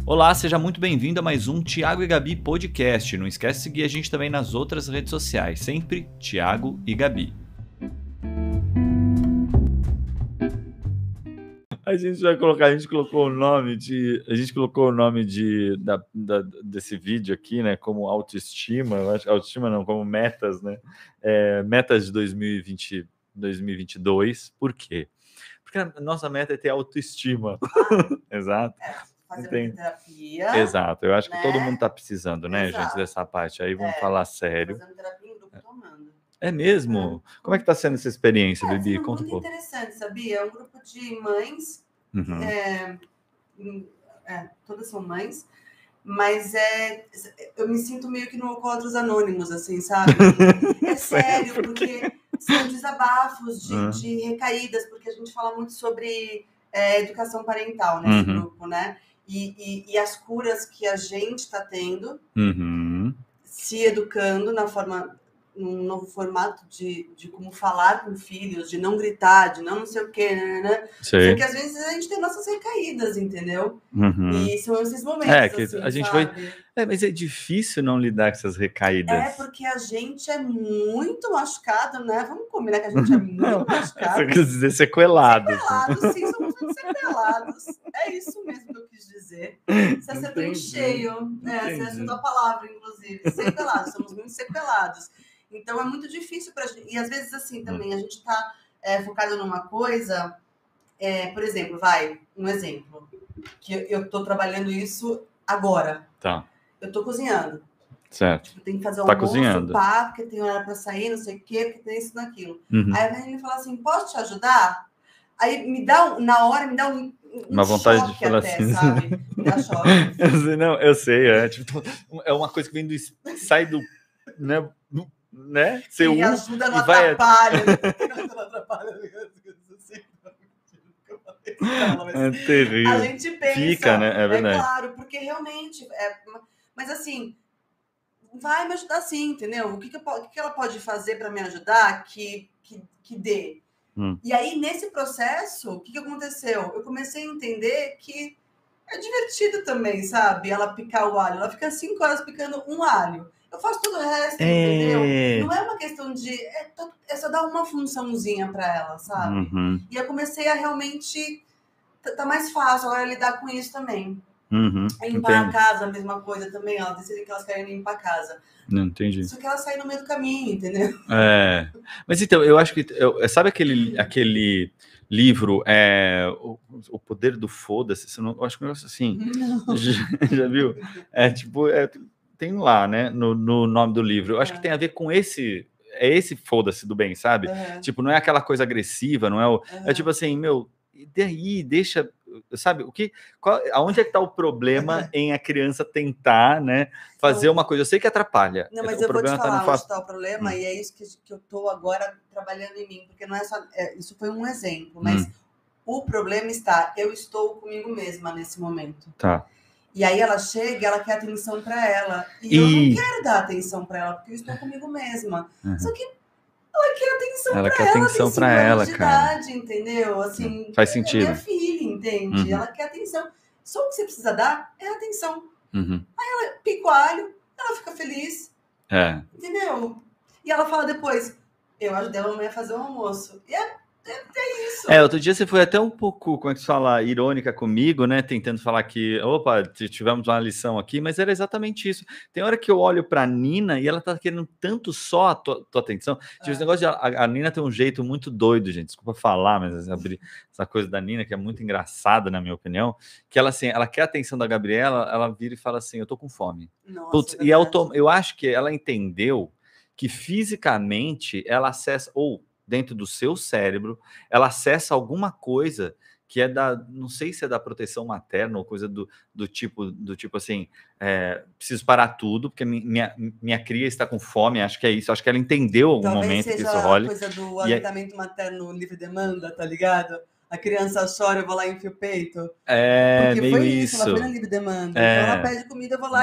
Olá, seja muito bem-vindo a mais um Thiago e Gabi podcast. Não esquece de seguir a gente também nas outras redes sociais, sempre Thiago e Gabi. A gente colocou o nome desse vídeo aqui, né, como autoestima, eu acho, autoestima não, como metas, né, metas de 2022. Por quê? Porque a nossa meta é ter autoestima. Exato. Fazer muita terapia. Exato, eu acho que né? todo mundo tá precisando, né, Exato. gente, dessa parte. Aí vamos falar sério. Fazendo terapia em grupo tomando. É mesmo? Como é que tá sendo essa experiência, Bibi? Conta um Muito pouco. interessante, sabia? É um grupo de mães, todas são mães, mas eu me sinto meio que no Alcoólatras Anônimos, assim, sabe? É sério, porque são desabafos de recaídas, porque a gente fala muito sobre educação parental nesse grupo, né? E as curas que a gente está tendo, se educando num novo formato de como falar com filhos, de não gritar, de não sei o quê, né? Só que às vezes a gente tem nossas recaídas, entendeu? E são esses momentos, que assim, a gente sabe? mas é difícil não lidar com essas recaídas. Porque a gente é muito machucado, né? Vamos combinar que a gente é muito machucado. Você quer dizer sequelado. Sequelados, sim, somos muito sequelados. É isso mesmo que eu quis dizer. Você acertou em cheio. Você acertou a palavra, inclusive. Sequelados, somos muito sequelados. Então é muito difícil pra gente. E às vezes, assim, também, a gente tá focado numa coisa. Por exemplo, um exemplo. Que eu tô trabalhando isso agora. Tá. Eu tô cozinhando. Certo. Tipo, tem que fazer o almoço, cozinhando. Porque tem hora pra sair, não sei o quê, porque tem isso, naquilo. Aí a menina fala assim, posso te ajudar? Aí na hora me dá uma vontade de falar até, assim, sabe? Me dá choque. Não, eu sei, é uma coisa que vem sai do, né? Você me ajuda, não atrapalha. Não atrapalha. É terrível. A gente pensa, fica, né? É verdade. É claro, porque realmente mas assim, vai me ajudar sim, entendeu? O que ela pode fazer para me ajudar que dê? E aí, nesse processo, o que aconteceu? Eu comecei a entender que é divertido também, sabe? Ela picar o alho. Ela fica 5 horas picando um alho. Eu faço todo o resto, entendeu? Não é uma questão de... É só dar uma funçãozinha para ela, sabe? E eu comecei a realmente... Tá mais fácil agora lidar com isso também. Limpar a casa, a mesma coisa também. Elas decidem que elas querem limpar a casa. Não entendi. Só que ela sai no meio do caminho, entendeu? Mas então, eu acho que... sabe aquele livro, O Poder do Foda-se? Eu acho que é um negócio assim. Já viu? Tem lá, né? No nome do livro. Eu acho que tem a ver com esse... É esse foda-se do bem, sabe? Tipo, não é aquela coisa agressiva, não é é tipo assim, meu... E daí, deixa... Sabe, aonde é que tá o problema em a criança tentar, né, fazer uma coisa? Eu sei que atrapalha. Não, mas eu vou te falar onde está o problema, e é isso que eu tô agora trabalhando em mim, porque não é só... isso foi um exemplo, mas o problema eu estou comigo mesma nesse momento. Tá. E aí ela chega, ela quer atenção para ela. E eu não quero dar atenção para ela, porque eu estou comigo mesma. Só que ela quer atenção para ela. Ela quer atenção para ela, cara. Entendeu? Assim, faz sentido. É minha filha, entende? Ela quer atenção. Só o que você precisa dar é atenção. Aí ela pica o alho, ela fica feliz. Entendeu? E ela fala depois, eu ajudei a mamãe a fazer o almoço. E é isso. Outro dia você foi até um pouco, como é que se fala, irônica comigo, né? Tentando falar que, opa, tivemos uma lição aqui, mas era exatamente isso. Tem hora que eu olho pra Nina e ela tá querendo tanto só a tua atenção. Tipo, esse negócio de a Nina tem um jeito muito doido, gente. Desculpa falar, mas essa coisa da Nina, que é muito engraçada, na minha opinião, que ela, assim, ela quer a atenção da Gabriela, ela vira e fala assim, eu tô com fome. Nossa, putz, e eu acho que ela entendeu que fisicamente ela acessa, ou dentro do seu cérebro, ela acessa alguma coisa que é não sei se é da proteção materna ou coisa do tipo assim, preciso parar tudo, porque minha cria está com fome, acho que é isso, acho que ela entendeu algum momento que isso rola. Talvez seja a coisa do aleitamento materno livre demanda, tá ligado? A criança chora, eu vou lá e enfio o peito. Porque meio foi isso. Ela foi na livre demanda. Então ela pede comida, eu vou lá e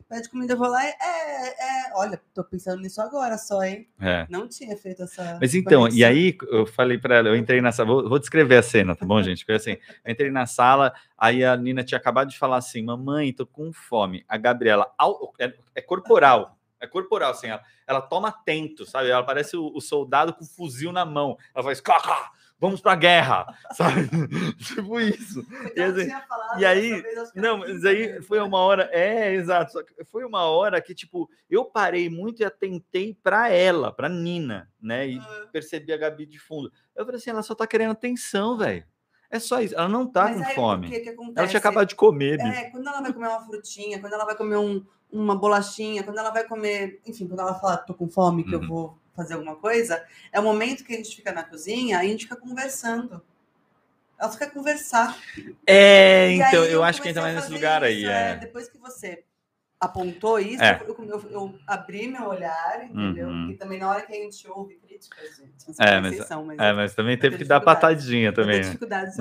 pede comida, eu vou lá e olha, tô pensando nisso agora só, hein? Não tinha feito essa... Mas então, conexão. E aí eu falei para ela, eu entrei na sala, vou descrever a cena, tá bom, gente? Porque assim, eu entrei na sala, aí a Nina tinha acabado de falar assim, mamãe, tô com fome. A Gabriela, é corporal, assim, ela toma atento, sabe? Ela parece o soldado com o fuzil na mão. Ela faz, vamos pra guerra, sabe? Tipo isso. E aí, não, mas aí foi uma hora, exato, só que foi uma hora que, tipo, eu parei muito e atentei pra ela, pra Nina, né? E percebi a Gabi de fundo. Eu falei assim, ela só tá querendo atenção, velho. É só isso, ela não tá com fome. O que acontece? Ela tinha acabado de comer, bicho. Quando ela vai comer uma frutinha, quando ela vai comer uma bolachinha, quando ela vai comer, enfim, quando ela fala, tô com fome, que eu vou fazer alguma coisa, é o momento que a gente fica na cozinha, aí a gente fica conversando. Ela fica conversar. Então, eu acho que entra mais nesse lugar isso, aí. Depois que você apontou isso, eu abri meu olhar, entendeu? Porque também na hora que a gente ouve críticas, gente, mas também teve que dar patadinha também. Dificuldades.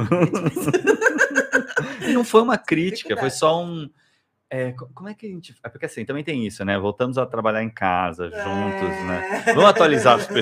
E não foi uma crítica, foi só um... como é que a gente... Porque assim, também tem isso, né? Voltamos a trabalhar em casa, juntos, né? Vamos atualizar as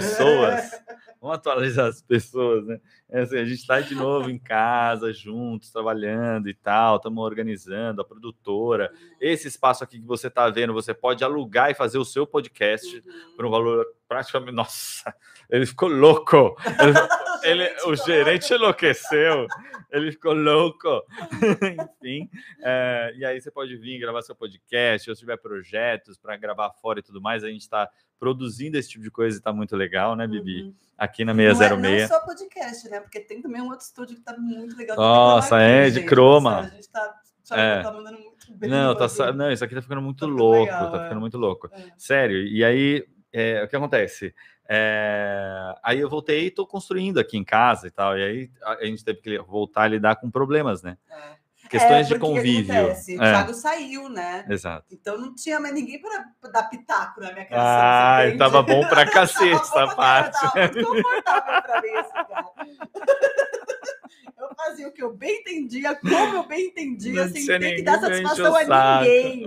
pessoas, né? Assim, a gente está de novo em casa, juntos, trabalhando e tal, estamos organizando a produtora. Esse espaço aqui que você está vendo, você pode alugar e fazer o seu podcast por um valor praticamente... Nossa, ele ficou louco! O gerente enlouqueceu. Ele ficou louco. Enfim, e aí você pode vir gravar seu podcast, ou se tiver projetos para gravar fora e tudo mais, a gente está produzindo esse tipo de coisa e está muito legal, né, Bibi? Aqui na 606. Não só podcast, né? Porque tem também um outro estúdio que está muito legal. Nossa, de croma. A gente tá mandando muito bem. Não, isso aqui tá ficando muito louco. Legal, tá ficando muito louco. Sério. E aí, o que acontece? Aí eu voltei e tô construindo aqui em casa e tal. E aí a gente teve que voltar a lidar com problemas, né? Questões de convívio. O Thiago saiu, né? Exato. Então não tinha mais ninguém para dar pitaco na minha casa. Tava bom pra cacete essa parte. Tava muito confortável pra mim esse cara. Eu fazia o que eu bem entendia, como eu bem entendia, sem ter que dar satisfação a ninguém.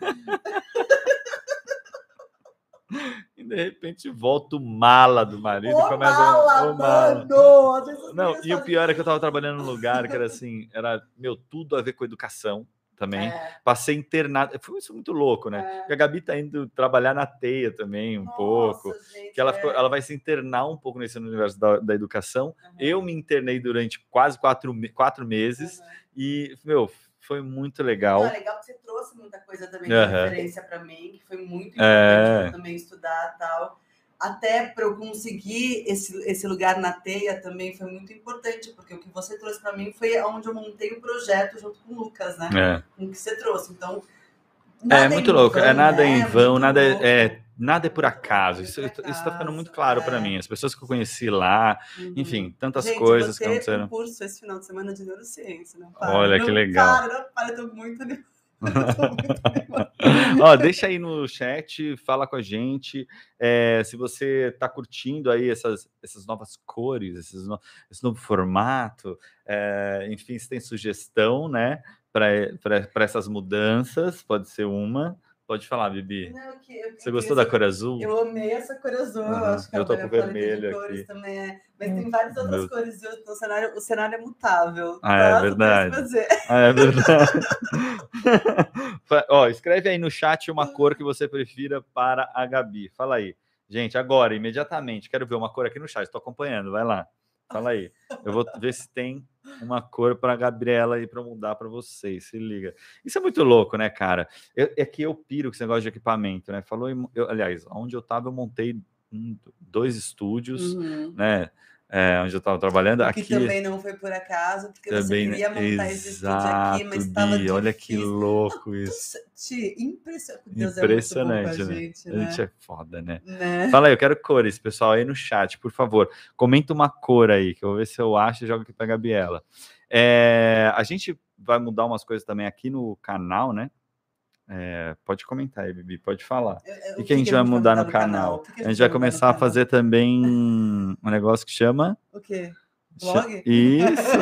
E de repente volta o mala do marido. Mano! Não, e o pior é que eu tava trabalhando num lugar que era assim, tudo a ver com educação também. Passei internado. Foi isso muito louco, né? Porque a Gabi tá indo trabalhar na Teia também pouco. Gente, que ela vai se internar um pouco nesse universo da educação. Eu me internei durante quase 4 meses e, foi muito legal. É legal que você trouxe muita coisa também de referência para mim, que foi muito importante eu também estudar e tal. Até para eu conseguir esse lugar na Teia também foi muito importante, porque o que você trouxe para mim foi onde eu montei o projeto junto com o Lucas, né? Com o que você trouxe. Então, muito louco. Nada em vão, nada é por acaso. Isso está ficando muito claro para mim. As pessoas que eu conheci lá, enfim, tantas coisas que aconteceram. Eu tenho um curso esse final de semana de neurociência. Olha, que legal. Não para, eu tô muito animada. Deixa aí no chat, fala com a gente se você está curtindo aí essas novas cores, esse novo formato, enfim, se tem sugestão, né, para essas mudanças, pode ser uma. Pode falar, Bibi. Você gostou da cor azul? Eu amei essa cor azul. Acho que eu tô com vermelho aqui. Também Mas tem várias outras cores no cenário. O cenário é mutável. É verdade. É verdade. Escreve aí no chat uma cor que você prefira para a Gabi. Fala aí. Gente, agora, imediatamente. Quero ver uma cor aqui no chat. Estou acompanhando. Vai lá. Fala aí. Eu vou ver se tem uma cor para a Gabriela aí para mudar para vocês. Se liga. Isso é muito louco, né, cara? É que eu piro com esse negócio de equipamento, né? Aliás, onde eu estava, eu montei 2 estúdios, né? Onde eu estava trabalhando. Que aqui também não foi por acaso, porque também, você queria montar esse estúdio aqui, mas estava difícil. Olha que louco isso. Impressionante, Deus, né? A gente é foda, né? Fala aí, eu quero cores, pessoal, aí no chat, por favor. Comenta uma cor aí, que eu vou ver se eu acho e jogo aqui para a Gabriela. A gente vai mudar umas coisas também aqui no canal, né? Pode comentar aí, Bibi, pode falar. O que a gente vai mudar no canal? A gente vai começar a fazer também um negócio que chama... O quê? Vlog?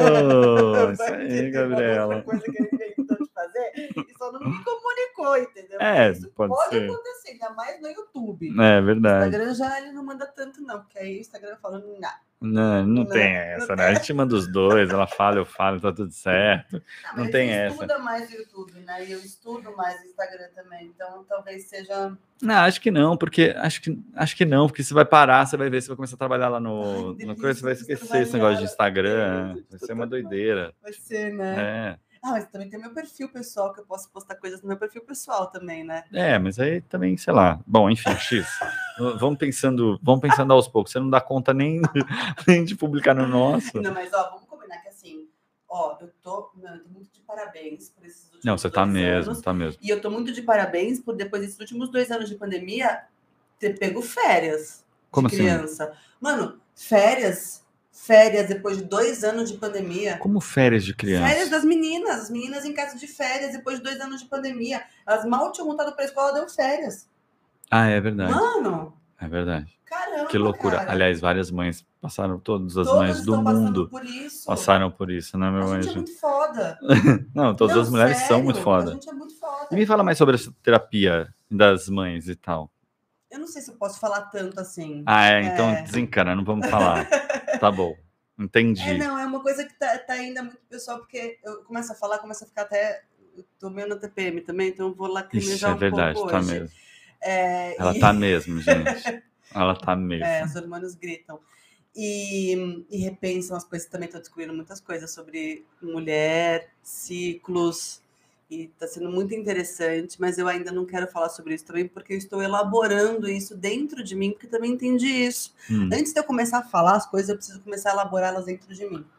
Isso aí, Gabriela. Outra coisa que ele inventou de fazer e só não me comunicou, entendeu? entendeu? Isso pode acontecer, ainda mais no YouTube. É verdade. O Instagram já ele não manda tanto, não, porque aí o Instagram fala, não tem essa, né? A gente manda os dois, ela fala, eu falo, tá tudo certo. Não tem essa. Você estuda mais o YouTube, né? E eu estudo mais o Instagram também, então talvez seja... Não, acho que não, porque porque você vai parar, você vai ver, você vai começar a trabalhar lá no coisa, você vai esquecer esse negócio de Instagram, vai ser uma doideira. Vai ser, né? Mas também tem meu perfil pessoal, que eu posso postar coisas no meu perfil pessoal também, né? Mas aí também, sei lá. Bom, enfim, X. Vamos pensando aos poucos. Você não dá conta nem de publicar no nosso. Não, mas vamos combinar que assim, eu tô muito de parabéns por esses últimos 2 anos. Não, você tá mesmo, tá mesmo. E eu tô muito de parabéns por depois desses últimos 2 anos de pandemia ter pego férias de criança. Assim? Mano, férias depois de 2 anos de pandemia. Como férias de criança? Férias das meninas, as meninas em casa de férias depois de 2 anos de pandemia. Elas mal tinham voltado pra escola, deu férias. É verdade. Mano! É verdade. Caramba, que loucura. Cara. Aliás, várias mães passaram, todas as mães do mundo passaram por isso, né, meu anjo? A gente é muito foda. Não, todas as mulheres são muito foda. A gente é muito foda. E me fala mais sobre essa terapia das mães e tal. Eu não sei se eu posso falar tanto assim. Então desencana, não vamos falar. Tá bom, entendi. É uma coisa que tá ainda muito pessoal, porque eu começo a falar, começo a ficar até... Eu tô meio na TPM também, então eu vou lacrimejar um pouco hoje. Isso é verdade, tá mesmo. Ela tá mesmo, gente. Ela tá mesmo. Os hormônios gritam. E repensam as coisas. Também estou descobrindo muitas coisas sobre mulher, ciclos, e está sendo muito interessante, mas eu ainda não quero falar sobre isso também, porque eu estou elaborando isso dentro de mim, porque também entendi isso. Antes de eu começar a falar as coisas, eu preciso começar a elaborá-las dentro de mim.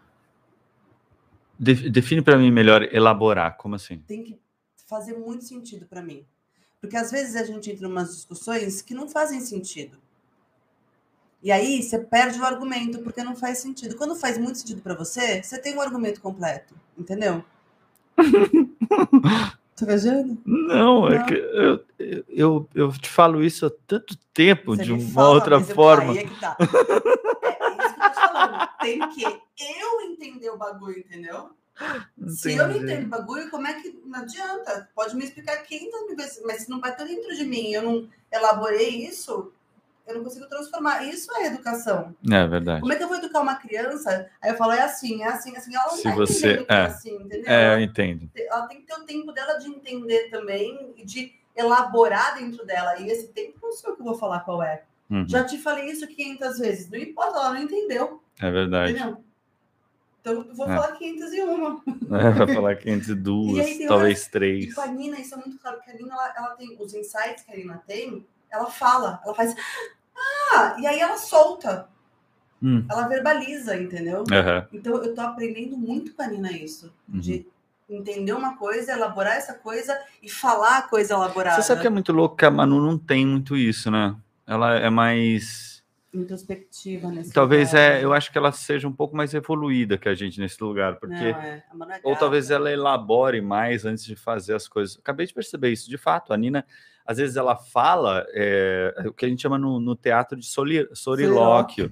Define para mim melhor elaborar, como assim? Tem que fazer muito sentido para mim. Porque às vezes a gente entra em umas discussões que não fazem sentido. E aí você perde o argumento porque não faz sentido. Quando faz muito sentido para você, você tem um argumento completo, entendeu? Tá vendo? Não, é que eu te falo isso há tanto tempo, você de uma outra forma. Aí é que tá. É isso que eu tô te falando. Tem que eu entender o bagulho, entendeu? Entendi. Se eu não entendo o bagulho, como é que... Não adianta. Pode me explicar 500 mil vezes, mas se não vai estar dentro de mim, eu não elaborei isso, eu não consigo transformar. Isso é educação. É verdade. Como é que eu vou educar uma criança? Aí eu falo, é assim. Ela não se você que é assim, entendeu? Eu entendo. Ela tem que ter o tempo dela de entender também e de elaborar dentro dela. E esse tempo não sei o que eu vou falar qual é. Já te falei isso 500 vezes. Não importa, ela não entendeu. É verdade. Entendeu? Então, eu vou falar 501. Vai falar 502, talvez 3. Tipo, a Nina, isso é muito claro, porque a Nina, ela tem os insights que a Nina tem, ela fala, ela faz... e aí ela solta. Ela verbaliza, entendeu? Então, eu tô aprendendo muito com a Nina isso. De entender uma coisa, elaborar essa coisa e falar a coisa elaborada. Você sabe que é muito louco que a Manu não tem muito isso, né? Ela é mais... introspectiva nesse talvez lugar. Eu acho que ela seja um pouco mais evoluída que a gente nesse lugar, porque ou gata. talvez ela elabore mais antes de fazer as coisas. Acabei de perceber isso, de fato. A Nina, às vezes ela fala o que a gente chama no teatro de sorilóquio.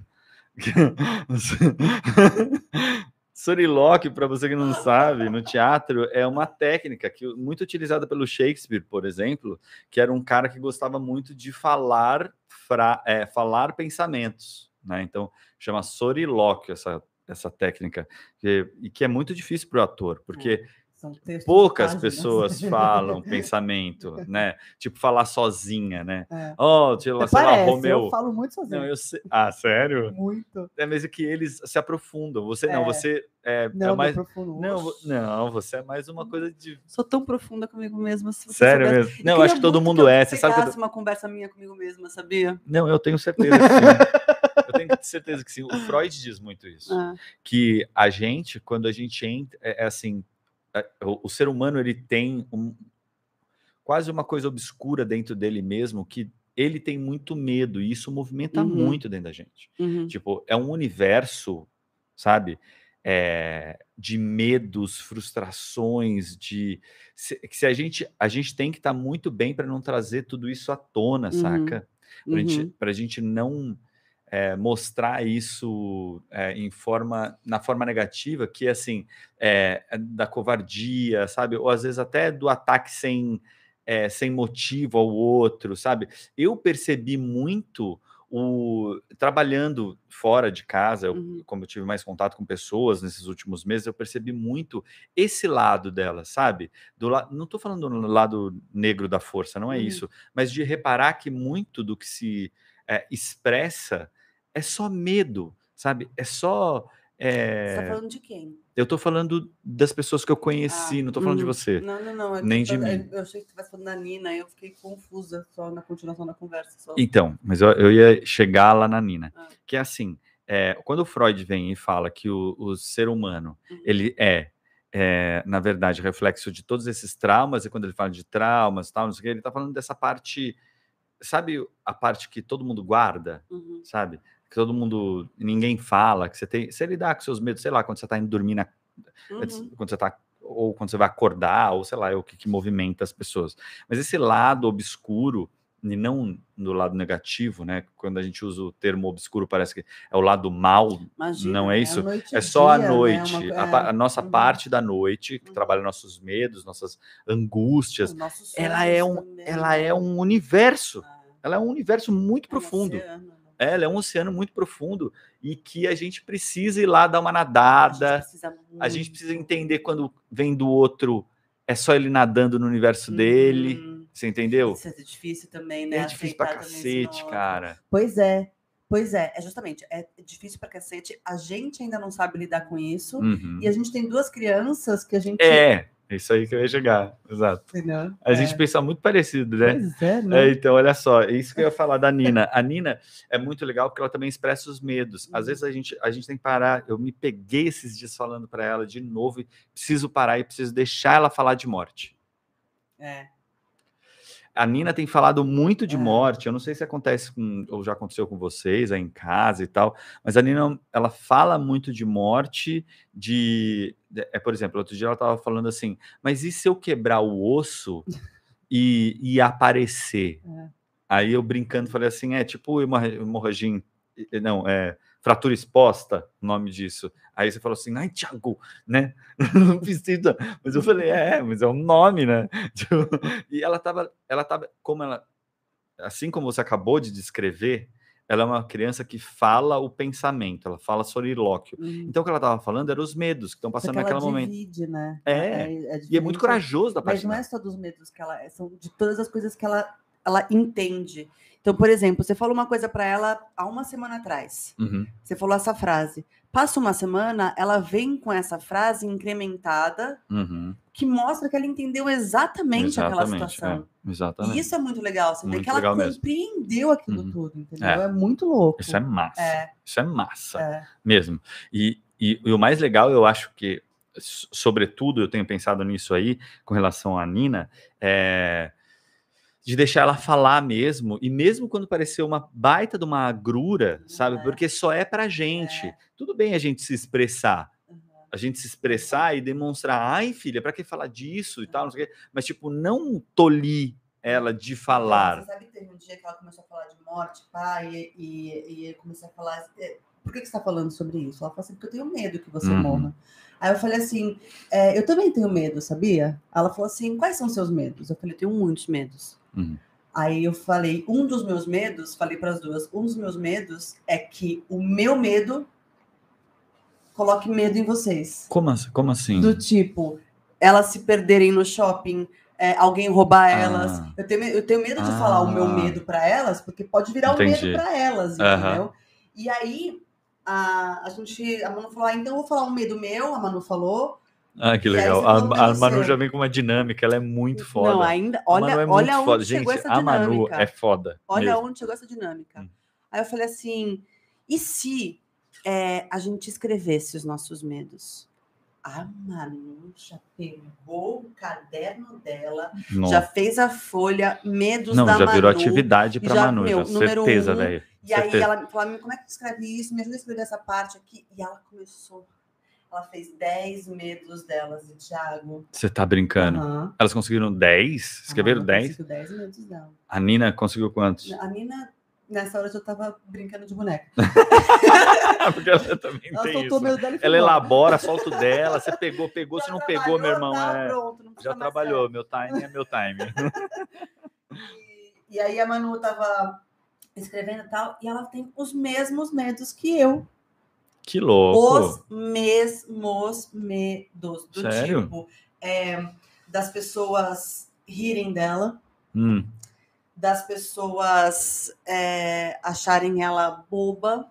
Sorilóquio, para você que não sabe, no teatro é uma técnica muito utilizada pelo Shakespeare, por exemplo, que era um cara que gostava muito de falar pensamentos, né? Então chama sorilóquio essa técnica, que é muito difícil para o ator, porque poucas pessoas falam pensamento, né? Tipo, falar sozinha, né? Sei lá, Romeu. Eu falo muito sozinho. Não, eu sei. Sério? Muito. É mesmo que eles se aprofundam. Você não, você é mais... Não, você é mais uma coisa de... Sou tão profunda comigo mesma. Sério mesmo? Não, acho que todo mundo é. Você sabe que uma conversa minha comigo mesma, sabia? Não, eu tenho certeza que sim. Eu tenho certeza que sim. O Freud diz muito isso. Que a gente, quando a gente entra... assim... O ser humano, ele tem quase uma coisa obscura dentro dele mesmo, que ele tem muito medo, e isso movimenta muito dentro da gente. Tipo, é um universo, sabe? De medos, frustrações, se a gente tem que estar muito bem para não trazer tudo isso à tona, saca? Pra gente não... mostrar isso na forma negativa, que assim, da covardia, sabe? Ou às vezes até do ataque sem sem motivo ao outro, sabe? Eu percebi muito trabalhando fora de casa, como eu tive mais contato com pessoas nesses últimos meses, eu percebi muito esse lado dela, sabe? Não estou falando do lado negro da força, não é isso, mas de reparar que muito do que se expressa é só medo, sabe? É só... Você tá falando de quem? Eu tô falando das pessoas que eu conheci, não tô falando de você. Não. Nem de mim. Eu achei que você estivesse falando da Nina, eu fiquei confusa só na continuação da conversa. Só. Então, mas eu ia chegar lá na Nina. Que é assim, quando o Freud vem e fala que o ser humano, ele na verdade, reflexo de todos esses traumas, e quando ele fala de traumas, tal, não sei o que, ele tá falando dessa parte, sabe a parte que todo mundo guarda, sabe? Que todo mundo, ninguém fala, que você lidar com seus medos, sei lá, quando você tá indo dormir, quando você tá, ou quando você vai acordar, ou sei lá, o que movimenta as pessoas. Mas esse lado obscuro, e não no lado negativo, né? Quando a gente usa o termo obscuro, parece que é o lado mal. Imagina, não é isso? É só a noite, né? A nossa parte da noite, que trabalha nossos medos, nossas angústias. Ela é um universo. Ela é um universo muito profundo. Ela é um oceano muito profundo e que a gente precisa ir lá dar uma nadada. A gente precisa entender quando vem do outro, é só ele nadando no universo dele. Você entendeu? Isso é difícil também, né? É difícil pra cacete, cara. Pois é. É justamente, é difícil pra cacete. A gente ainda não sabe lidar com isso. E a gente tem 2 crianças que a gente... É isso aí que eu ia chegar, exato. Entendeu? A gente pensa muito parecido, né? Pois é, né? Então, olha só, é isso que eu ia falar da Nina. A Nina é muito legal porque ela também expressa os medos. Às vezes a gente tem que parar. Eu me peguei esses dias falando para ela de novo e preciso parar e preciso deixar ela falar de morte. A Nina tem falado muito de morte. Eu não sei se acontece ou já aconteceu com vocês aí em casa e tal, mas a Nina, ela fala muito de morte, por exemplo, outro dia ela estava falando assim, mas e se eu quebrar o osso e aparecer? Aí eu brincando falei assim, tipo hemorragia, fratura exposta, o nome disso. Aí você falou assim, ai, Thiago, né? Não precisa. Mas eu falei, mas é um nome, né? E ela tava, assim como você acabou de descrever, ela é uma criança que fala o pensamento, ela fala solilóquio. Então o que ela estava falando eram os medos que estão passando naquele momento. Né? E é muito corajoso da parte dela. Mas não é só dos medos que ela... São de todas as coisas que ela entende. Então, por exemplo, você falou uma coisa para ela há uma semana atrás. Você falou essa frase. Passa uma semana, ela vem com essa frase incrementada, que mostra que ela entendeu exatamente aquela situação. Exatamente. E isso é muito legal. Você vê que ela compreendeu aquilo tudo, entendeu? É muito louco. Isso é massa. Isso é massa mesmo. E o mais legal, eu acho que, sobretudo, eu tenho pensado nisso aí, com relação à Nina, de deixar ela falar mesmo, e mesmo quando parecer uma baita de uma agrura, sabe? Porque só é pra gente. Tudo bem a gente se expressar. A gente se expressar e demonstrar, ai, filha, pra que falar disso e tal, não sei o quê. Mas, tipo, não tolir ela de falar. Você sabe que teve um dia que ela começou a falar de morte, pai, e comecei a falar... Por que você tá falando sobre isso? Ela falou assim, porque eu tenho medo que você morra. Aí eu falei assim, eu também tenho medo, sabia? Ela falou assim, quais são os seus medos? Eu falei, eu tenho muitos medos. Aí eu falei, um dos meus medos, falei para as duas, um dos meus medos é que o meu medo coloque medo em vocês. Como assim? Do tipo, elas se perderem no shopping, alguém roubar elas. Eu tenho medo de falar o meu medo para elas, porque pode virar um medo para elas, entendeu? E aí, a Manu falou, então eu vou falar um medo meu, a Manu falou. Que legal. A Manu já vem com uma dinâmica, ela é muito foda. Não, ainda, olha onde chegou essa dinâmica. A Manu é foda. Olha onde chegou essa dinâmica. Aí eu falei assim, e se a gente escrevesse os nossos medos? A Manu já pegou o caderno dela, já fez a folha, medos da Manu. Não, já virou atividade pra Manu, já, certeza, velho. E aí ela falou, como é que tu escreve isso? Me ajuda a escrever essa parte aqui. E ela começou... Ela fez 10 medos delas, Thiago. Você tá brincando? Elas conseguiram 10? Escreveram 10? Conseguiu 10 medos dela. A Nina conseguiu quantos? A Nina nessa hora eu já tava brincando de boneca. Porque ela também ela tem isso. Ela elabora, solta o dela, você pegou, se não pegou, meu irmão, pronto, já trabalhou, meu time é meu time. E aí a Manu tava escrevendo e tal, e ela tem os mesmos medos que eu. Que louco! Os mesmos medos. Do Sério? tipo, das pessoas rirem dela, das pessoas acharem ela boba,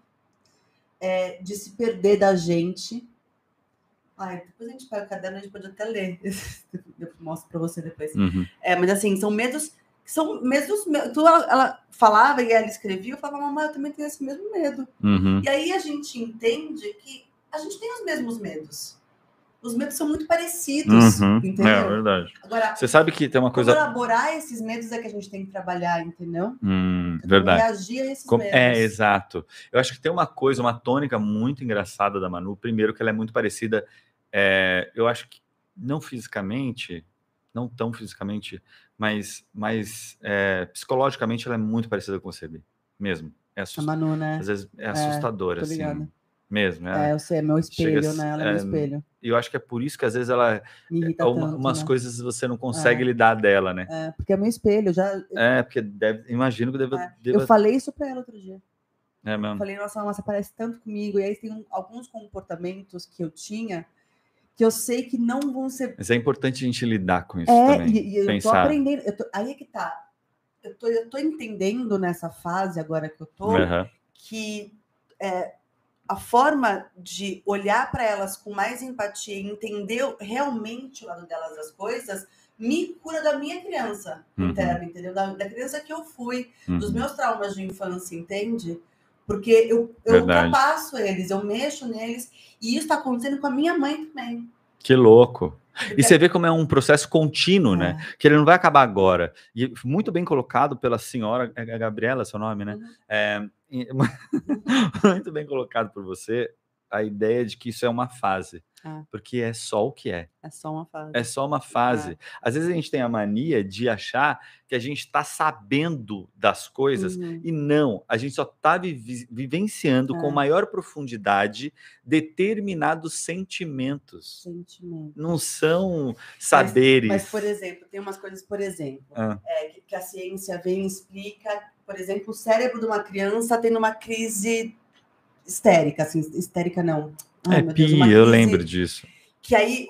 de se perder da gente. Ai, depois a gente pega o caderno, a gente pode até ler. Eu mostro para você depois. Mas assim, são medos... São medos... Ela falava e ela escrevia, eu falava, mamãe, eu também tenho esse mesmo medo. E aí a gente entende que a gente tem os mesmos medos. Os medos são muito parecidos, entendeu? É verdade. Agora, você sabe que tem uma coisa... elaborar esses medos é que a gente tem que trabalhar, entendeu? Verdade. Reagir a esses medos. Exato. Eu acho que tem uma coisa, uma tônica muito engraçada da Manu. Primeiro, que ela é muito parecida, eu acho que não fisicamente, não tão fisicamente, mas psicologicamente ela é muito parecida com você, mesmo. A Manu, né? Às vezes é assustadora, assim. Ligada. Mesmo. Eu sei, é meu espelho, né? Ela é meu espelho. E eu acho que é por isso que às vezes ela... Me irrita tanto, umas né? coisas você não consegue lidar dela, né? Porque é meu espelho. Porque imagino que deva... Eu falei isso pra ela outro dia. Mesmo. Eu falei, nossa, você parece tanto comigo. E aí tem alguns comportamentos que eu tinha que eu sei que não vão ser... Mas é importante a gente lidar com isso também. E eu tô aprendendo. Aí é que tá. Eu tô entendendo nessa fase agora que eu tô, que a forma de olhar para elas com mais empatia e entender realmente o lado delas das coisas me cura da minha criança interna, entendeu? Da criança que eu fui, dos meus traumas de infância, entende? Porque eu ultrapasso eles, eu mexo neles, e isso está acontecendo com a minha mãe também. Que louco! E você vê como é um processo contínuo, né? Que ele não vai acabar agora. E muito bem colocado pela senhora, é Gabriela, seu nome, né? Muito bem colocado por você a ideia de que isso é uma fase. Porque é só o que é. É só uma fase. É só uma fase. Às vezes a gente tem a mania de achar que a gente está sabendo das coisas e não. A gente só está vivenciando com maior profundidade determinados sentimentos. Não são saberes. Mas, por exemplo, tem umas coisas, por exemplo, que a ciência vem e explica. Por exemplo, o cérebro de uma criança tendo uma crise histérica. Assim, histérica não. Eu lembro disso. Que aí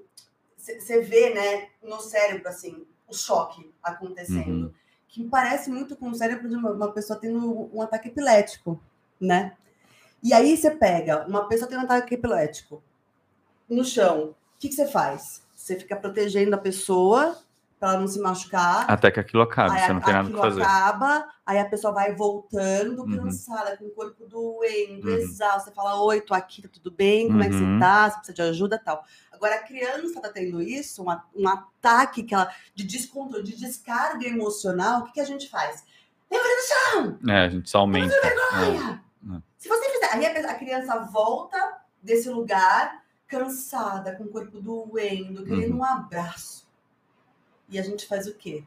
você vê, né, no cérebro, assim, o choque acontecendo. Que parece muito com o cérebro de uma pessoa tendo um ataque epilético, né? E aí você pega uma pessoa tendo um ataque epilético no chão. O que você faz? Você fica protegendo a pessoa para ela não se machucar. Até que aquilo acabe, você não tem nada para fazer. Acaba, aí a pessoa vai voltando, cansada, com o corpo doendo, exausta. Você fala, oi, tô aqui, tá tudo bem? Como é que você tá? Você precisa de ajuda e tal. Agora, a criança tá tendo isso, um ataque de descontrole, de descarga emocional, o que a gente faz? Levanta no chão! A gente só aumenta. Vergonha! Se você fizer... Aí a criança volta desse lugar, cansada, com o corpo doendo, querendo um abraço. E a gente faz o quê?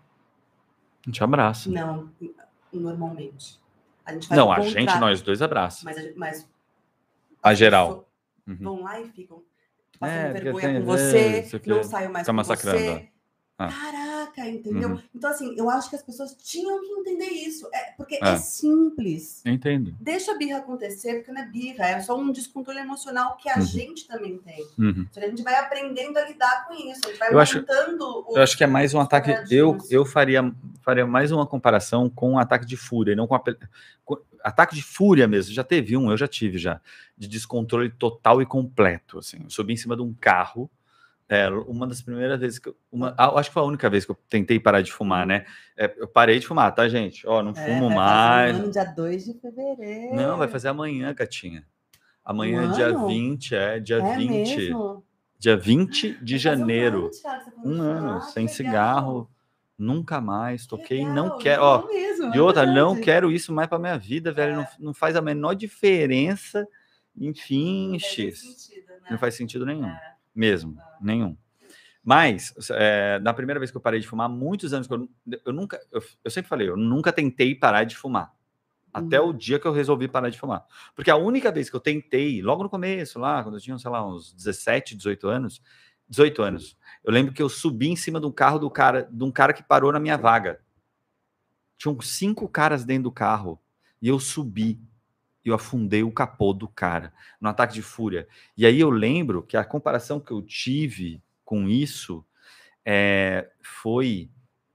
A gente abraça. Não, normalmente. A gente faz a gente, nós dois abraça. Mas a geral. Vão lá e ficam passando vergonha com você, não saio mais com você. Caraca, entendeu? Então, assim, eu acho que as pessoas tinham que entender isso. Porque é simples. Entendo. Deixa a birra acontecer, porque não é birra, é só um descontrole emocional que a gente também tem. A gente vai aprendendo a lidar com isso, a gente vai montando... Eu acho que é mais um ataque... Eu faria mais uma comparação com um ataque de fúria, não com ataque de fúria mesmo. Já teve eu já tive de descontrole total e completo. Assim. Eu subi em cima de um carro. Uma das primeiras vezes que acho que foi a única vez que eu tentei parar de fumar, né? Eu parei de fumar, tá, gente? Não fumo mais. No dia 2 de fevereiro. Não, vai fazer amanhã, gatinha. Amanhã é dia 20, dia 20. Mesmo? Dia 20 de janeiro. Um ano, sem cigarro. Nunca mais toquei, não quero. E outra, não quero isso mais para minha vida, velho. Não faz a menor diferença. Enfim, não faz sentido nenhum. Mesmo, nenhum. Mas, na primeira vez que eu parei de fumar, muitos anos que eu sempre falei, eu nunca tentei parar de fumar. Até o dia que eu resolvi parar de fumar. Porque a única vez que eu tentei, logo no começo, lá, quando eu tinha, sei lá, uns 17, 18 anos, eu lembro que eu subi em cima de um carro de um cara que parou na minha vaga. Tinham 5 caras dentro do carro. E eu subi. E eu afundei o capô do cara, no ataque de fúria. E aí eu lembro que a comparação que eu tive com isso foi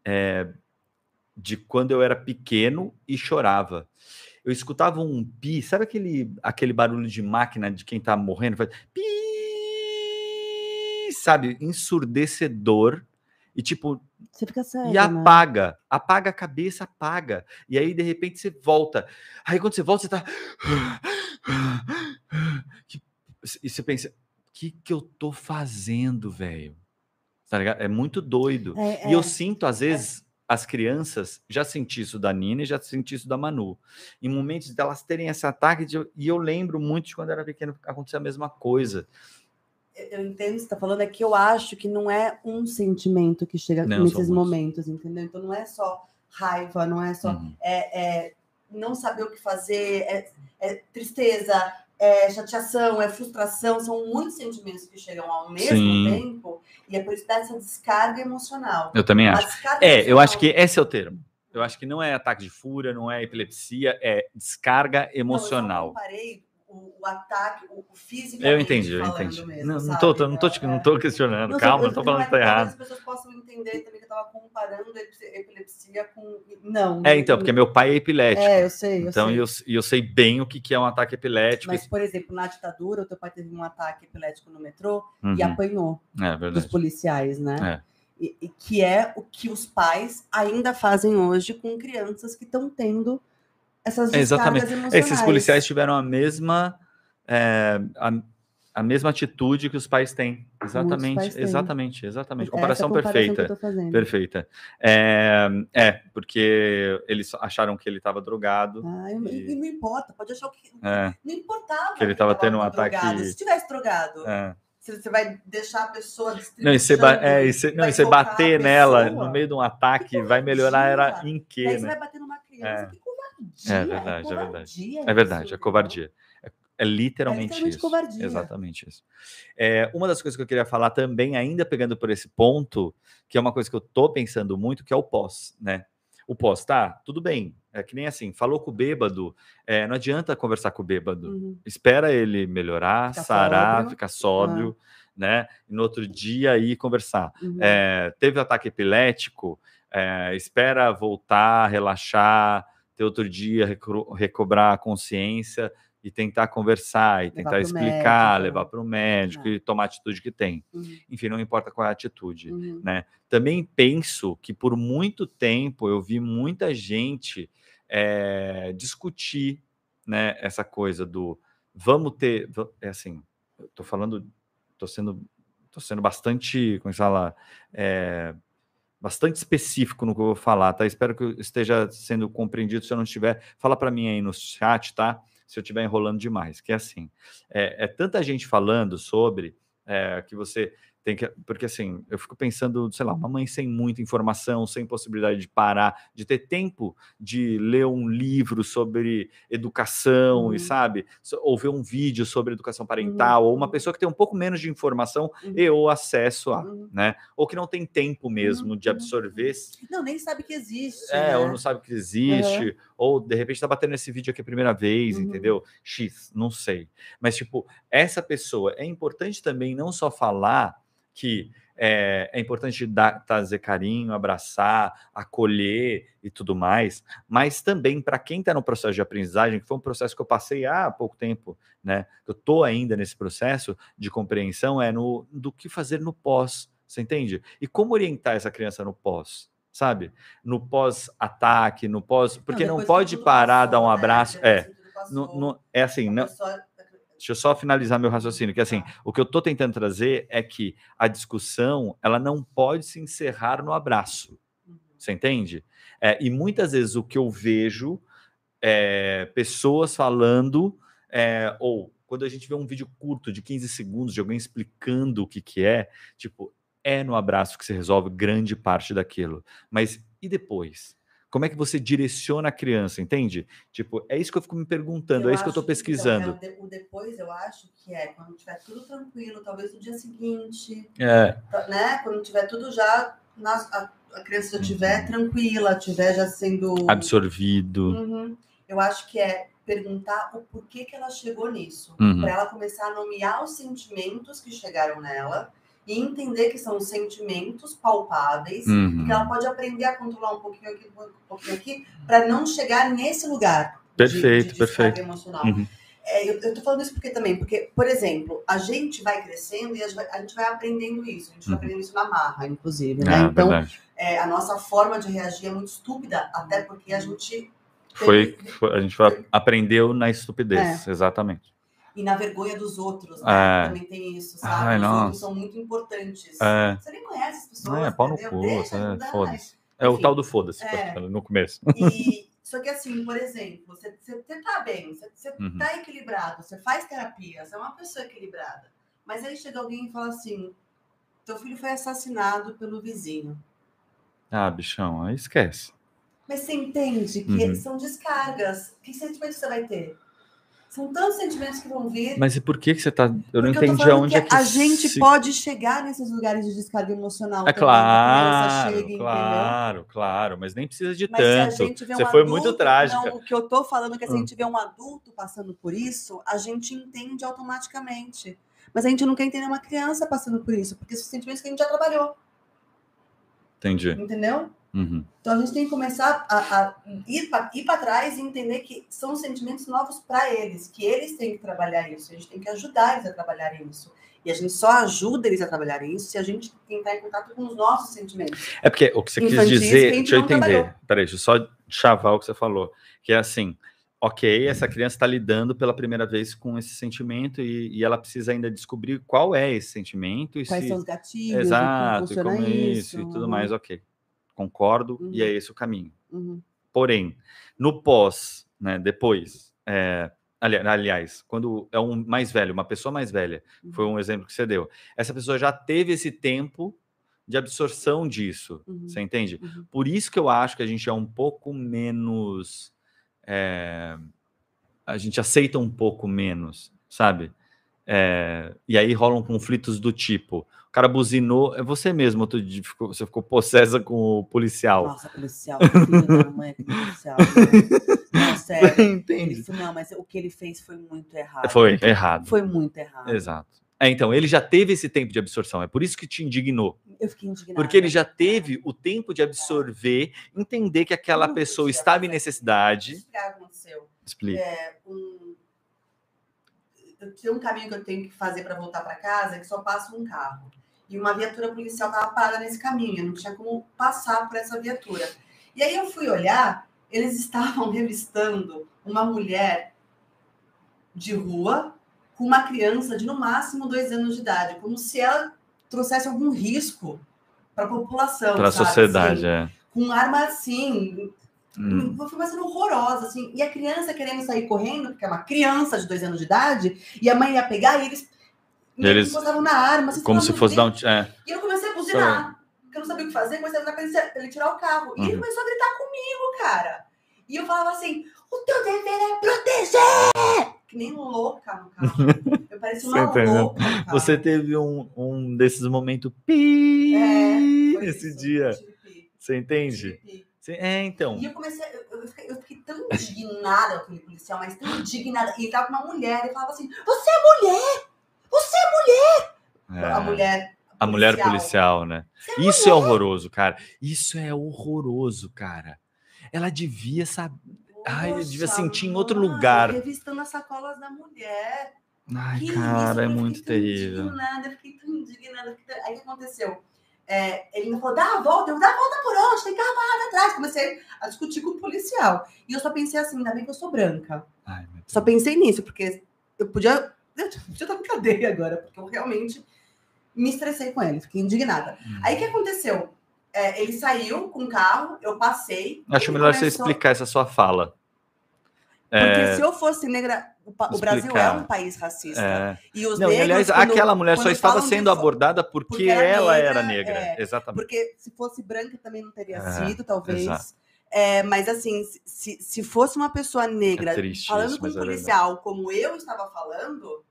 de quando eu era pequeno e chorava. Eu escutava um pi, sabe aquele barulho de máquina de quem tá morrendo? Faz pi, sabe? Ensurdecedor. E tipo, você fica cego, e apaga, né? Apaga a cabeça, apaga. E aí, de repente, você volta. Aí, quando você volta, você tá... E você pensa, o que eu tô fazendo, velho? Tá ligado? É muito doido. E eu sinto, às vezes, as crianças, já senti isso da Nina e já senti isso da Manu, em momentos delas terem esse ataque, e eu lembro muito de quando eu era pequeno, acontecia a mesma coisa. Eu entendo o que você está falando, é que eu acho que não é um sentimento que chega nesses momentos, entendeu? Então não é só raiva, não é só não saber o que fazer, é tristeza, é chateação, é frustração, são muitos sentimentos que chegam ao mesmo tempo, e é por isso que dá essa descarga emocional. Eu também acho. Eu acho que esse é o termo. Eu acho que não é ataque de fúria, não é epilepsia, é descarga emocional. Não, eu só comparei o ataque, o físico. Eu entendi. Mesmo, não tô questionando, calma, não tô falando que tá errado. As pessoas possam entender também que eu tava comparando a epilepsia com... Não. Então, porque meu pai é epilético. Eu sei. Então, eu sei bem o que é um ataque epilético. Mas, por exemplo, na ditadura, o teu pai teve um ataque epilético no metrô e apanhou dos policiais, né? E que é o que os pais ainda fazem hoje com crianças que estão tendo essas descargas emocionais. Esses policiais tiveram a mesma atitude que os pais têm. Exatamente. Comparação perfeita. Porque eles acharam que ele estava drogado. E não importa, pode achar o que... Não importava que ele estava tendo um ataque... Se tivesse drogado... Você vai deixar a pessoa e você bater nela no meio de um ataque, vai melhorar era em quê? Aí você vai bater numa criança, que covardia. É verdade, é covardia. É literalmente isso. Covardia. Exatamente isso. Uma das coisas que eu queria falar também, ainda pegando por esse ponto, que é uma coisa que eu tô pensando muito, que é o pós, né? O pós, tá, tudo bem. É que nem assim, falou com o bêbado, não adianta conversar com o bêbado. Espera ele melhorar, sarar, ficar sóbrio, né? E no outro dia aí conversar. Teve ataque epilético, espera voltar, relaxar, ter outro dia, recobrar a consciência e tentar conversar, e tentar explicar, levar para o médico e tomar a atitude que tem. Enfim, não importa qual é a atitude, né? Também penso que por muito tempo eu vi muita gente discutir, né, essa coisa do vamos ter... assim, eu tô falando, tô sendo bastante, como se fala... bastante específico no que eu vou falar, tá? Espero que eu esteja sendo compreendido. Se eu não estiver, fala para mim aí no chat, tá? Se eu estiver enrolando demais, que é assim, tanta gente falando sobre que você tem que... Porque assim, eu fico pensando, sei lá, uma mãe sem muita informação, sem possibilidade de parar, de ter tempo de ler um livro sobre educação, e sabe, ou ver um vídeo sobre educação parental, ou uma pessoa que tem um pouco menos de informação e ou acesso a, né? Ou que não tem tempo mesmo de absorver. Não, nem sabe que existe. Ou não sabe que existe, ou de repente tá batendo esse vídeo aqui a primeira vez, entendeu? X, não sei. Mas, tipo, essa pessoa, é importante também não só falar que é importante trazer carinho, abraçar, acolher e tudo mais, mas também para quem está no processo de aprendizagem, que foi um processo que eu passei há pouco tempo, né? Eu estou ainda nesse processo de compreensão, do que fazer no pós, você entende? E como orientar essa criança no pós, sabe? No pós-ataque, no pós... Porque não pode parar, dar um abraço... É assim, não... Deixa eu só finalizar meu raciocínio, que assim, o que eu estou tentando trazer é que a discussão, ela não pode se encerrar no abraço, você entende? E muitas vezes o que eu vejo pessoas falando, ou quando a gente vê um vídeo curto de 15 segundos de alguém explicando o que é, tipo, no abraço que se resolve grande parte daquilo. Mas e depois? Como é que você direciona a criança, entende? Tipo, é isso que eu fico me perguntando, é isso que eu estou pesquisando. Então, o depois, eu acho que quando tiver tudo tranquilo, talvez no dia seguinte, né? Quando tiver tudo já, a criança já estiver tranquila, estiver já sendo... absorvido. Eu acho que perguntar o porquê que ela chegou nisso, para ela começar a nomear os sentimentos que chegaram nela, e entender que são sentimentos palpáveis e que ela pode aprender a controlar um pouquinho aqui para não chegar nesse lugar de descarga emocional. Eu tô falando isso porque, por exemplo, a gente vai crescendo e a gente vai aprendendo isso. A gente vai aprendendo isso na marra, inclusive, né? Então, a nossa forma de reagir é muito estúpida, até porque a gente... a gente aprendeu na estupidez, exatamente. E na vergonha dos outros, né? Também tem isso, sabe? Os outros são muito importantes. Você nem conhece as pessoas. Pau no cu, foda-se. É o tal do foda-se, no começo. Só que assim, por exemplo, você tá bem, você tá equilibrado, você faz terapia, você é uma pessoa equilibrada. Mas aí chega alguém e fala assim, teu filho foi assassinado pelo vizinho. Ah, bichão, aí esquece. Mas você entende que são descargas. Que sentimentos você vai ter? São tantos sentimentos que vão vir. Mas e por que você tá... Eu não entendi aonde é que... A gente pode chegar nesses lugares de descarga emocional. Claro. Mas nem precisa de tanto. Você foi muito trágica. Não, o que eu tô falando é que se a gente vê um adulto passando por isso, a gente entende automaticamente. Mas a gente não quer entender uma criança passando por isso, porque são sentimentos que a gente já trabalhou. Entendi. Entendeu? Então a gente tem que começar a ir para trás e entender que são sentimentos novos para eles, que eles têm que trabalhar isso, a gente tem que ajudar eles a trabalhar isso. E a gente só ajuda eles a trabalhar isso se a gente entrar em contato com os nossos sentimentos. É porque o que você quis dizer, deixa eu entender. Peraí, deixa eu só chavar o que você falou. Que é assim, ok, essa criança está lidando pela primeira vez com esse sentimento e ela precisa ainda descobrir qual é esse sentimento. Quais são os gatilhos, exato, e como isso, e tudo mais, ok. Concordo, e é esse o caminho. Porém, no pós, né, depois, aliás, quando é uma pessoa mais velha, foi um exemplo que você deu, essa pessoa já teve esse tempo de absorção disso, você entende? Por isso que eu acho que a gente é um pouco menos... a gente aceita um pouco menos, sabe? E aí rolam conflitos do tipo... O cara buzinou, é você mesmo, outro dia você ficou possessa com o policial. Nossa, policial, filho da mãe, policial. Não, sério. Entende? Não, mas o que ele fez foi muito errado. Foi errado. Foi muito errado. Exato. Então, ele já teve esse tempo de absorção, é por isso que te indignou. Eu fiquei indignada. Porque ele já teve o tempo de absorver, entender que aquela pessoa estava em necessidade. O que aconteceu? Explica. Tem um caminho que eu tenho que fazer para voltar para casa que só passa um carro. E uma viatura policial estava parada nesse caminho. Eu não tinha como passar por essa viatura. E aí eu fui olhar, eles estavam revistando uma mulher de rua com uma criança de no máximo 2 anos de idade, como se ela trouxesse algum risco para a população. Para a sociedade, assim, com arma assim... Foi uma cena horrorosa, assim. E a criança querendo sair correndo, porque é uma criança de 2 anos de idade, e a mãe ia pegar e eles encostavam na arma. Assim, como se fosse dar um... E eu comecei a buzinar, porque eu não sabia o que fazer, comecei a buzinar pra ele tirar o carro. E ele começou a gritar comigo, cara. E eu falava assim, o teu dever é proteger! Que nem louca no carro. Eu parecia uma louca no carro. Você teve um desses momentos nesse dia. Você entende? Então. E eu fiquei tão indignada com aquele policial, mas tão indignada. E ele tava com uma mulher, e falava assim, você é mulher! Você é mulher! A mulher policial, né? Isso é horroroso, cara. Isso é horroroso, cara. Ela devia saber... Ai, devia sentir em outro lugar. Revistando as sacolas da mulher. Ai, cara, é muito terrível. Eu fiquei tão indignada. Aí o que aconteceu? Ele me falou, dá a volta por onde? Tem carro parado atrás. Comecei a discutir com o policial. E eu só pensei assim, ainda bem que eu sou branca. Só pensei nisso, porque eu podia estar em cadeia agora, porque eu realmente me estressei com ele, fiquei indignada. Aí o que aconteceu? Ele saiu com o carro, eu passei. Acho melhor você explicar essa sua fala. Porque se eu fosse negra, o Brasil é um país racista. E os negros, aliás, aquela mulher só estava sendo abordada porque ela era negra. Exatamente. Porque se fosse branca também não teria sido, talvez. Mas assim, se fosse uma pessoa negra falando isso, com um policial como eu estava falando,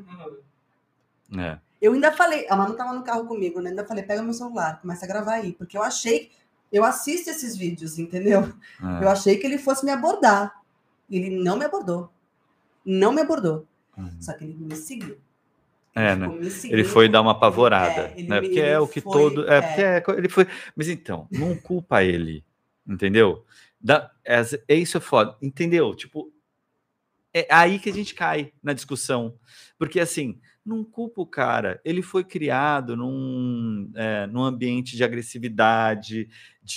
eu ainda falei, a Manu estava no carro comigo, né? Ainda falei, pega meu celular, começa a gravar aí, porque eu assisto esses vídeos, entendeu? Eu achei que ele fosse me abordar. Ele não me abordou. Não me abordou. Só que ele me seguiu. Ele foi dar uma apavorada, né? Porque é o que todo. Ele foi. Mas então, não culpa ele, entendeu? Isso é foda, entendeu? Tipo, é aí que a gente cai na discussão. Porque assim, não culpa o cara. Ele foi criado num ambiente de agressividade,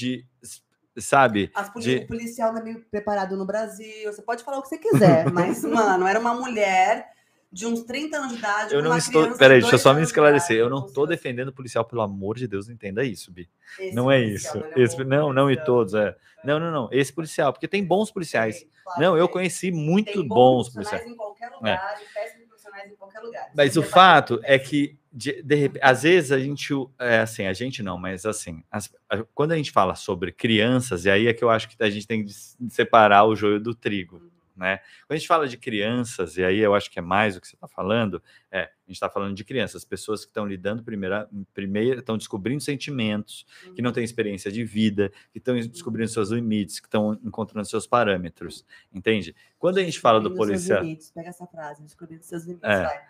sabe? O policial não é meio preparado no Brasil. Você pode falar o que você quiser, mas, mano, era uma mulher de uns 30 anos de idade. Eu não estou. Peraí, deixa eu só me esclarecer. Eu não estou defendendo o policial, pelo amor de Deus, entenda isso, Bi. Não é isso. Não, e todos. Não. Esse policial, porque tem bons policiais. Não, eu conheci muito bons policiais. Em qualquer lugar, e péssimos profissionais em qualquer lugar. Mas o fato é que, de repente, às vezes a gente não, mas assim, quando a gente fala sobre crianças, e aí é que eu acho que a gente tem que separar o joio do trigo. Né? Quando a gente fala de crianças, e aí eu acho que é mais o que você está falando, a gente está falando de crianças, pessoas que estão lidando primeiro, estão descobrindo sentimentos, que não têm experiência de vida, que estão descobrindo seus limites, que estão encontrando seus parâmetros, entende? Quando a gente fala do policial... Pega essa frase, descobrindo seus limites,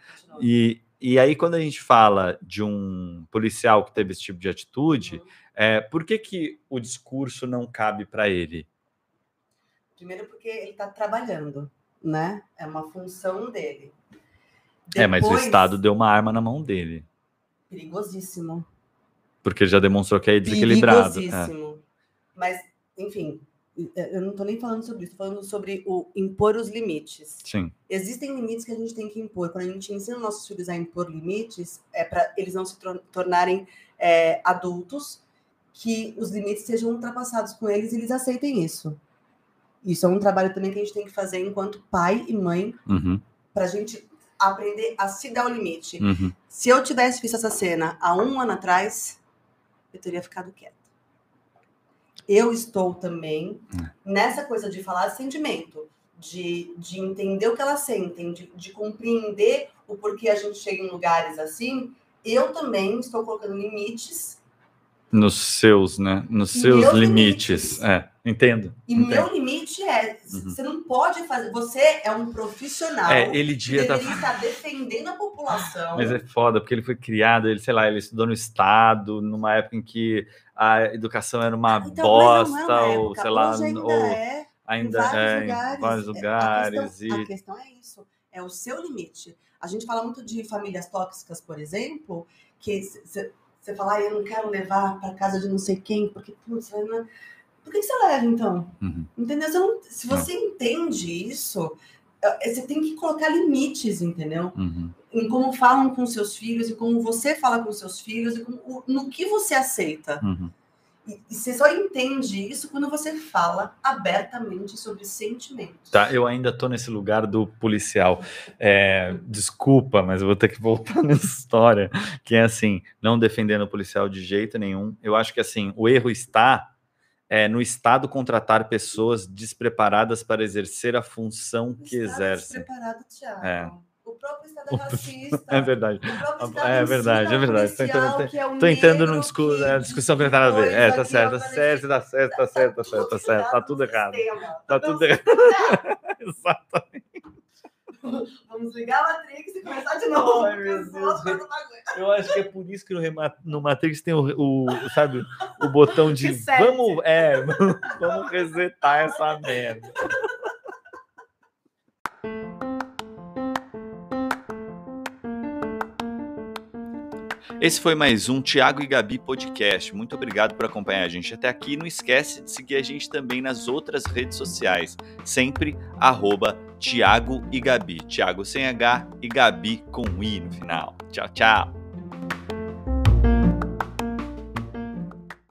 E aí quando a gente fala de um policial que teve esse tipo de atitude, por que o discurso não cabe para ele? Primeiro porque ele está trabalhando, né? É uma função dele. Mas o Estado deu uma arma na mão dele. Perigosíssimo. Porque ele já demonstrou que é desequilibrado. Perigosíssimo. Mas, enfim, eu não estou nem falando sobre isso. Estou falando sobre o impor os limites. Sim. Existem limites que a gente tem que impor. Quando a gente ensina nossos filhos a impor limites, é para eles não se tornarem adultos, que os limites sejam ultrapassados com eles e eles aceitem isso. Isso é um trabalho também que a gente tem que fazer enquanto pai e mãe, para a gente aprender a se dar o limite. Se eu tivesse visto essa cena há 1 ano atrás, eu teria ficado quieta. Eu estou também nessa coisa de falar de sentimento, de entender o que elas sentem, de compreender o porquê a gente chega em lugares assim. Eu também estou colocando limites. Nos seus, né? Nos seus limites. Entendo. Meu limite você não pode fazer. Você é um profissional. Ele deveria estar defendendo a população. Mas é foda, porque ele foi criado, ele estudou no Estado, numa época em que a educação era uma bosta, ou sei lá, em vários lugares. A questão é isso. É o seu limite. A gente fala muito de famílias tóxicas, por exemplo, que você fala, eu não quero levar para casa de não sei quem, porque, putz, por que você leva, então? Entendeu? Se você entende isso, você tem que colocar limites, entendeu? Em como falam com seus filhos, e como você fala com seus filhos, e no que você aceita. E você só entende isso quando você fala abertamente sobre sentimentos. Tá, eu ainda tô nesse lugar do policial. Desculpa, mas eu vou ter que voltar nessa história, que é assim, não defendendo o policial de jeito nenhum. Eu acho que assim, o erro está no Estado contratar pessoas despreparadas para exercer a função que exercem. Despreparado, Thiago. O próprio Estado é racista. É verdade. É verdade. Tô entrando numa discussão que não tem nada a ver. Tá certo. Tá tudo errado. Tá tudo errado. Exatamente. Vamos ligar a Matrix e começar de novo. Ai, meu Deus. Eu acho que é por isso que no Matrix tem sabe, o botão de vamos resetar essa merda. Esse foi mais um Thiago e Gabi Podcast. Muito obrigado por acompanhar a gente até aqui. Não esquece de seguir a gente também nas outras redes sociais. Sempre @Thiago e Gabi. Thiago sem H e Gabi com I no final. Tchau, tchau.